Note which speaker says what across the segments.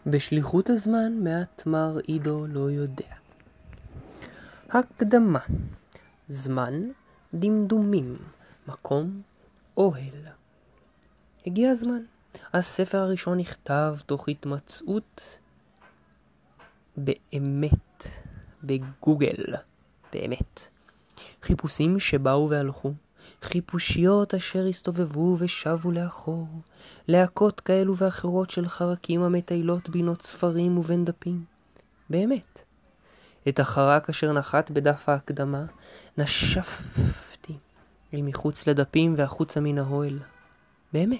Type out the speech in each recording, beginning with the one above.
Speaker 1: בשליחות הזמן מעט מר עידו לא יודע. הקדמה. זמן, דמדומים, מקום, אוהל. הגיע הזמן. הספר הראשון נכתב תוך התמצאות באמת, בגוגל, באמת. חיפושים שבאו והלכו, חיפושיות אשר הסתובבו ושבו לאחור, להקות כאלו ואחרות של חרקים המטיילות בינות ספרים ובין דפים. באמת. את החרק אשר נחת בדף ההקדמה נשפתי אל מחוץ לדפים והחוצה מן האוהל. באמת.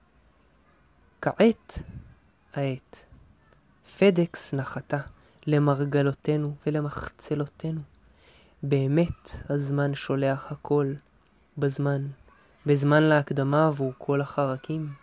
Speaker 1: כעת, העת. פדקס נחתה למרגלותינו ולמחצלותינו. באמת הזמן שולח הכל בזמן, בזמן להקדמה עבור כל החרקים.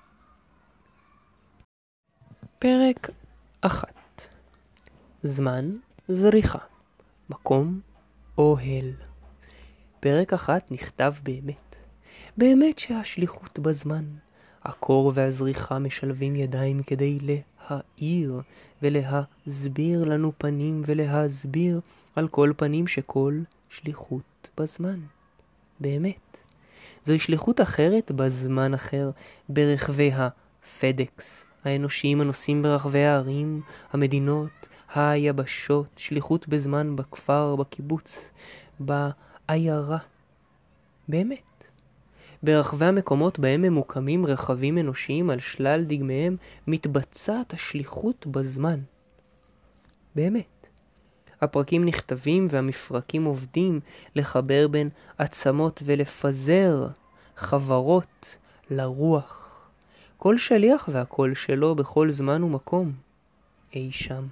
Speaker 1: פרק 1. זמן זריחה, מקום אוהל. פרק 1 נכתב באמת. באמת שהשליחות בזמן. הקור והזריחה משלבים ידיים כדי להאיר ולהסביר לנו פנים ולהסביר על כל פנים שכל שליחות בזמן. באמת. זוהי שליחות אחרת בזמן אחר ברחבי הפדקס, האנושיים הנוסעים ברחבי הערים, המדינות, היבשות, שליחות בזמן בכפר, בקיבוץ, בעיירה. באמת. ברחבי המקומות בהם ממוקמים רכבים אנושיים על שלל דגמיהם מתבצעת השליחות בזמן. באמת. הפרקים נכתבים והמפרקים עובדים לחבר בין עצמות ולפזר חברות לרוח. כל שליח והכל שלו בכל זמן ומקום. אי שם.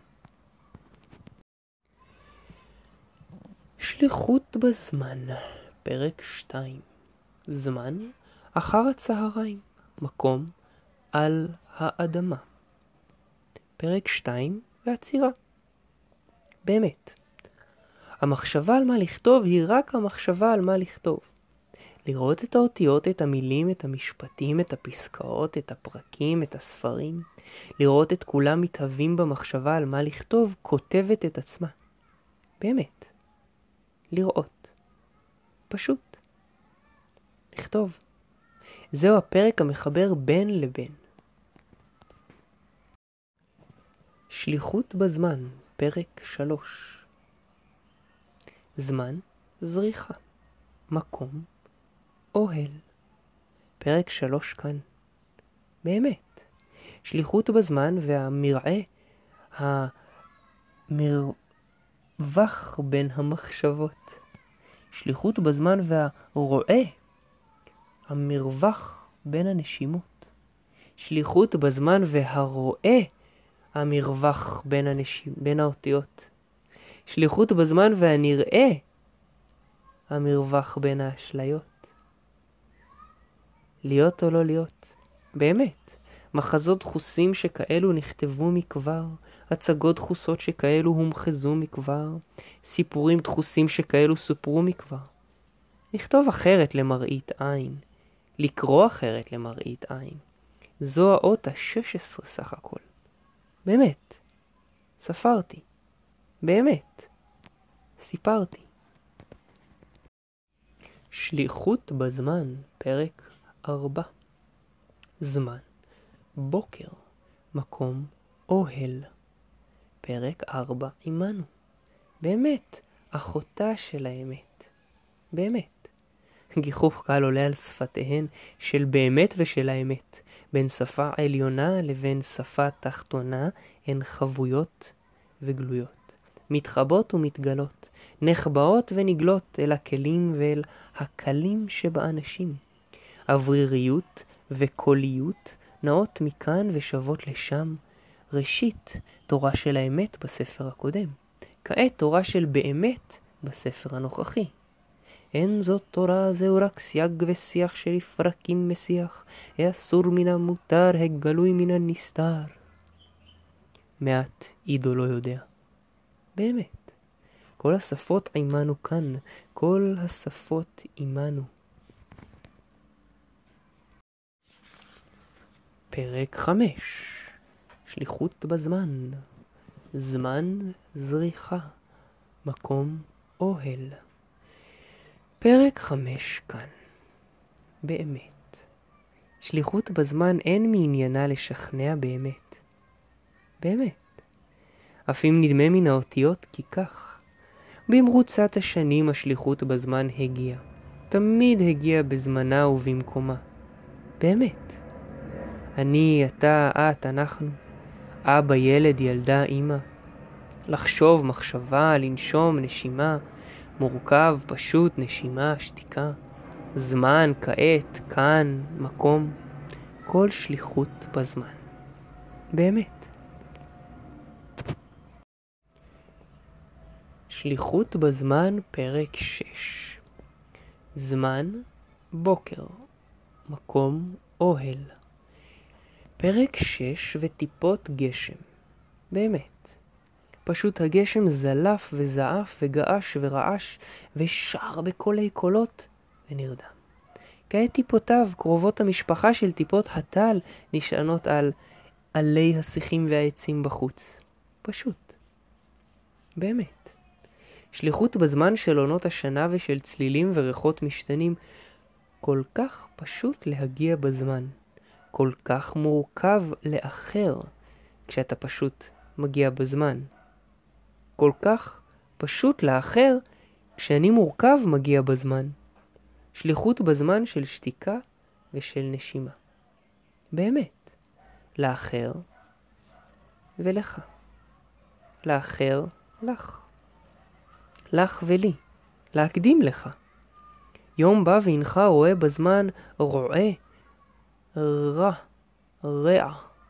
Speaker 1: שליחות בזמן. פרק 2. זמן אחר הצהריים. מקום על האדמה. פרק 2 והצירה. באמת. המחשבה על מה לכתוב היא רק המחשבה על מה לכתוב. לראות את האותיות, את המילים, את המשפטים, את הפסקאות, את הפרקים, את הספרים. לראות את כולם מתהווים במחשבה על מה לכתוב, כותבת את עצמה. באמת. לראות. פשוט. לכתוב. זהו הפרק המחבר בין לבין. שליחות בזמן. פרק 3. זמן זריחה. מקום אוהל. פרק 3 כאן. באמת. שליחות בזמן והמראה, המרווח בין המחשבות. שליחות בזמן והרואה, המרווח בין הנשימות. שליחות בזמן והרואה, המרווח בין האותיות. שליחות בזמן והנראה, המרווח בין האשליות. להיות או לא להיות. באמת. מחזות דחוסים שכאלו נכתבו מכבר, הצגות דחוסות שכאלו הומחזו מכבר, סיפורים דחוסים שכאלו סופרו מכבר. לכתוב אחרת למראית עין, לקרוא אחרת למראית עין. זו האות ה-16 סך הכל. באמת. ספרתי. באמת. סיפרתי. שליחות בזמן. פרק 4. זמן. בוקר. מקום אוהל. פרק 4 עמנו. באמת. אחותה של האמת. באמת. גיחוך קל עולה על שפתיהן של באמת ושל האמת. בין שפה עליונה לבין שפה תחתונה הן חבויות וגלויות. מתחבות ומתגלות. נחבאות ונגלות אל הכלים ואל הקלים שבאנשים. אווריריות וקוליות נעות מכאן ושוות לשם. ראשית, תורה של האמת בספר הקודם. כעת תורה של באמת בספר הנוכחי. אין זאת תורה, זהו רק סייג ושיח שלפרקים משיח, האסור מן המותר, הגלוי מן הנסתר. מעט עידו לא יודע. באמת. כל השפות עימנו כאן, כל השפות עימנו. פרק 5. שליחות בזמן. זמן זריחה. מקום אוהל. פרק 5 כאן. באמת. שליחות בזמן אין מעניינה לשכנע באמת. באמת. אף אם נדמה מן האותיות כי כך. במרוצת השנים השליחות בזמן הגיעה. תמיד הגיעה בזמנה ובמקומה. באמת. אני, אתה, את, אנחנו. אבא, ילד, ילדה, אמא. לחשוב, מחשבה, לנשום, נשימה. מורכב, פשוט, נשימה, שתיקה. זמן, כעת, כאן, מקום. כל שליחות בזמן. באמת. שליחות בזמן פרק 6. זמן בוקר. מקום אוהל. פרק 6 וטיפות גשם. באמת. פשוט הגשם זלף וזעף וגעש ורעש ושר בקולי קולות ונרדם. כעת טיפותיו, קרובות המשפחה של טיפות הטל, נשענות על עלי השיחים והעצים בחוץ. פשוט. באמת. שליחות בזמן של עונות השנה ושל צלילים וריחות משתנים, כל כך פשוט להגיע בזמן. כל כך מורכב לאחר כשאתה פשוט מגיע בזמן. כל כך פשוט לאחר כשאני מורכב מגיע בזמן. שליחות בזמן של שתיקה ושל נשימה. באמת. לאחר ולך. לאחר לך. לך ולי. להקדים לך. יום בא והנך רואה בזמן רואה. רע. רע.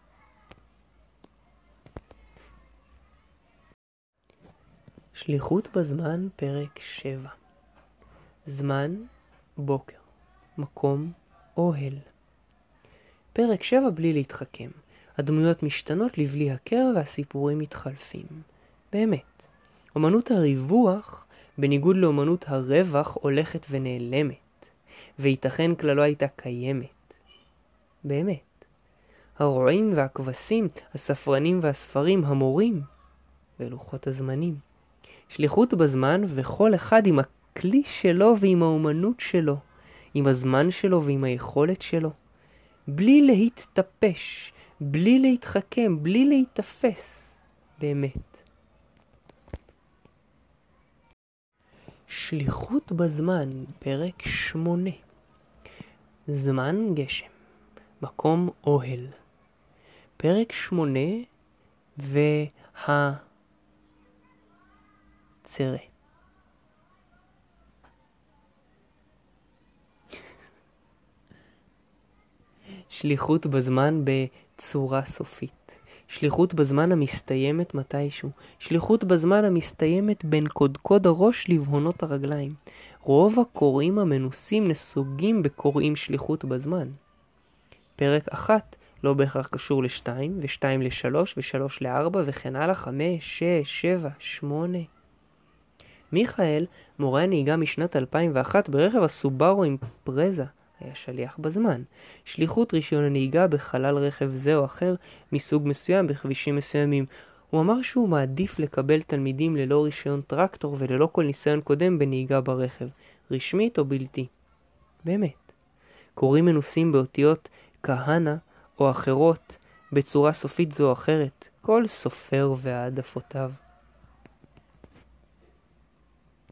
Speaker 1: שליחות בזמן פרק 7. זמן בוקר. מקום אוהל. פרק 7 בלי להתחכם. הדמויות משתנות לבלי הכר והסיפורים מתחלפים. באמת. אומנות הריווח, בניגוד לאומנות הרווח, הולכת ונעלמת. וייתכן כלל לא הייתה קיימת. באמת. הרועים והכבשים, הספרנים והספרים, המורים ולוחות הזמנים. שליחות בזמן וכל אחד עם הכלי שלו ועם האומנות שלו, עם הזמן שלו ועם היכולת שלו. בלי להתטפש, בלי להתחכם, בלי להתאפס. באמת. שליחות בזמן, פרק 8. זמן גשם. מקום אוהל. פרק 8 והצרה. שליחות בזמן בצורה סופית. שליחות בזמן המסתיימת מתישהו. שליחות בזמן המסתיימת בין קודקוד הראש לבהונות הרגליים. רוב הקוראים המנוסים נסוגים בקוראים שליחות בזמן. פרק 1 לא בהכרח קשור ל2, ו2 ל3, ו3 ל4, וכן הלאה 5, 6, 7, 8. מיכאל, מורה הנהיגה משנת 2001 ברכב הסובארו עם פרזה, היה שליח בזמן. שליחות רישיון הנהיגה בחלל רכב זה או אחר מסוג מסוים בכבישים מסוימים. הוא אמר שהוא מעדיף לקבל תלמידים ללא רישיון טרקטור וללא כל ניסיון קודם בנהיגה ברכב, רשמית או בלתי. באמת. קוראים מנוסים באותיות כהנה או אחרות בצורה סופית זו או אחרת, כל סופר והעדפותיו.